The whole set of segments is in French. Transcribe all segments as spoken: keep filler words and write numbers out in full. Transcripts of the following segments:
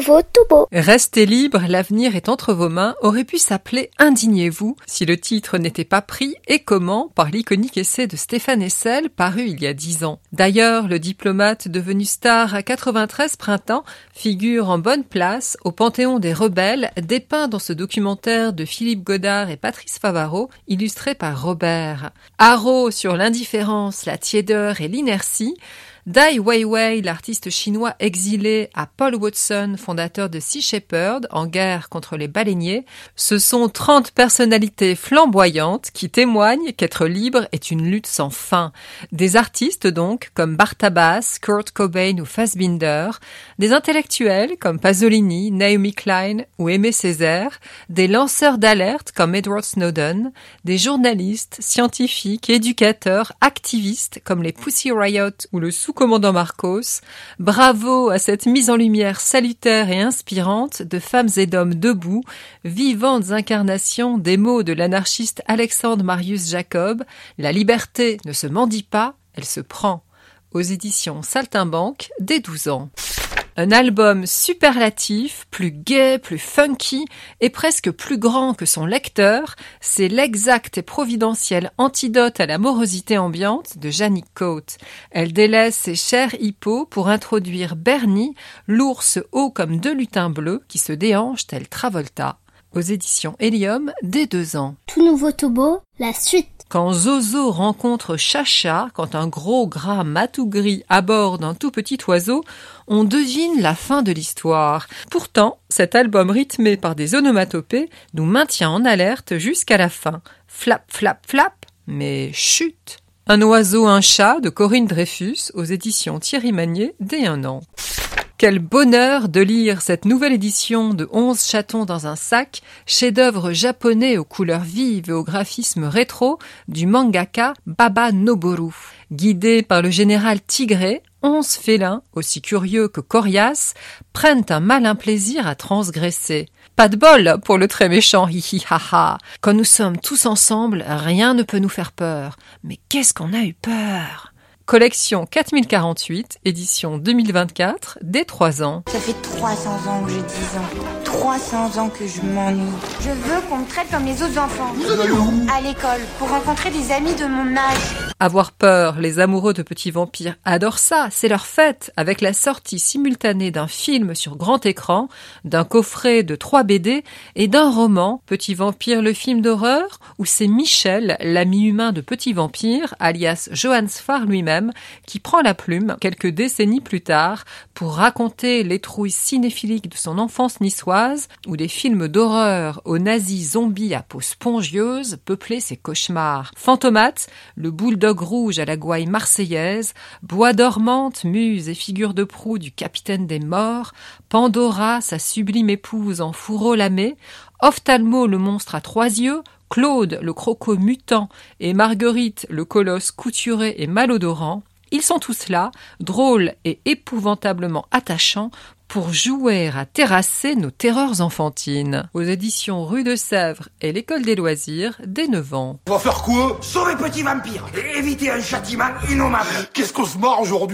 nouveau tout beau. Restez libre, l'avenir est entre vos mains aurait pu s'appeler Indignez-vous si le titre n'était pas pris et comment par l'iconique essai de Stéphane Hessel paru il y a dix ans. D'ailleurs, le diplomate devenu star à quatre-vingt-treize printemps figure en bonne place au panthéon des rebelles dépeint dans ce documentaire de Philippe Godard et Patrice Favaro illustré par Robert. Haro sur l'indifférence, la tiédeur et l'inertie, Dai Weiwei, l'artiste chinois exilé à Paul Watson, fondateur de Sea Shepherd, en guerre contre les baleiniers, ce sont trente personnalités flamboyantes qui témoignent qu'être libre est une lutte sans fin. Des artistes donc, comme Bartabas, Kurt Cobain ou Fassbinder, des intellectuels comme Pasolini, Naomi Klein ou Aimé Césaire, des lanceurs d'alerte comme Edward Snowden, des journalistes, scientifiques, éducateurs, activistes comme les Pussy Riot ou le sous-commandant Marcos. Bravo à cette mise en lumière salutaire et inspirante de femmes et d'hommes debout, vivantes incarnations des mots de l'anarchiste Alexandre Marius Jacob. La liberté ne se mendie pas, elle se prend. Aux éditions Saltimbanque, dès douze ans. Un album superlatif, plus gai, plus funky et presque plus grand que son lecteur, c'est l'exact et providentiel antidote à la morosité ambiante de Jannick Coate. Elle délaisse ses chers hippos pour introduire Bernie, l'ours haut comme deux lutins bleus qui se déhanchent tel Travolta. Aux éditions Helium, dès deux ans. Tout nouveau tout beau, la suite. Quand Zozo rencontre Chacha, quand un gros gras matou gris aborde un tout petit oiseau, on devine la fin de l'histoire. Pourtant, cet album rythmé par des onomatopées nous maintient en alerte jusqu'à la fin. Flap, flap, flap, mais chut. Un oiseau, un chat de Corinne Dreyfus aux éditions Thierry Magnier, dès un an. Quel bonheur de lire cette nouvelle édition de onze chatons dans un sac, chef-d'œuvre japonais aux couleurs vives et au graphisme rétro du mangaka Baba Noboru. Guidés par le général Tigré, onze félins, aussi curieux que coriaces, prennent un malin plaisir à transgresser. Pas de bol pour le très méchant hihi haha. Quand nous sommes tous ensemble, rien ne peut nous faire peur. Mais qu'est-ce qu'on a eu peur ? Collection quatre mille quarante-huit, édition deux mille vingt-quatre, dès trois ans. Ça fait trois cents ans que j'ai dix ans. trois cents ans que je m'ennuie. Je veux qu'on me traite comme les autres enfants. Vous allez où ? À l'école, pour rencontrer des amis de mon âge. Avoir peur, les amoureux de Petits Vampires adorent ça, c'est leur fête, avec la sortie simultanée d'un film sur grand écran, d'un coffret de trois B D et d'un roman, Petits Vampires le film d'horreur, où c'est Michel, l'ami humain de Petit Vampire, alias Johann Sfar lui-même, qui prend la plume, quelques décennies plus tard, pour raconter les trouilles cinéphiliques de son enfance niçoise, où des films d'horreur aux nazis zombies à peau spongieuse peuplaient ses cauchemars. Fantomate, le bulldog rouge à la gouaille marseillaise, Bois dormante, muse et figure de proue du capitaine des morts, Pandora, sa sublime épouse en fourreau lamé, Ophtalmo, le monstre à trois yeux, Claude, le croco mutant, et Marguerite, le colosse couturé et malodorant, ils sont tous là, drôles et épouvantablement attachants, pour jouer à terrasser nos terreurs enfantines. Aux éditions Rue de Sèvres et l'École des loisirs, dès neuf ans. On va faire quoi ? Sauver Petit Vampire et éviter un châtiment innommable. Qu'est-ce qu'on se marre aujourd'hui ?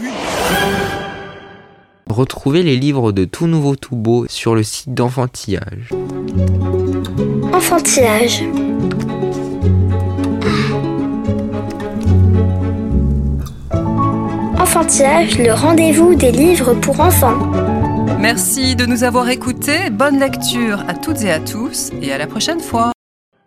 Retrouvez les livres de Tout Nouveau Tout Beau sur le site d'Enfantillage. Enfantillage. Enfantillage, le rendez-vous des livres pour enfants. Merci de nous avoir écoutés, bonne lecture à toutes et à tous et à la prochaine fois.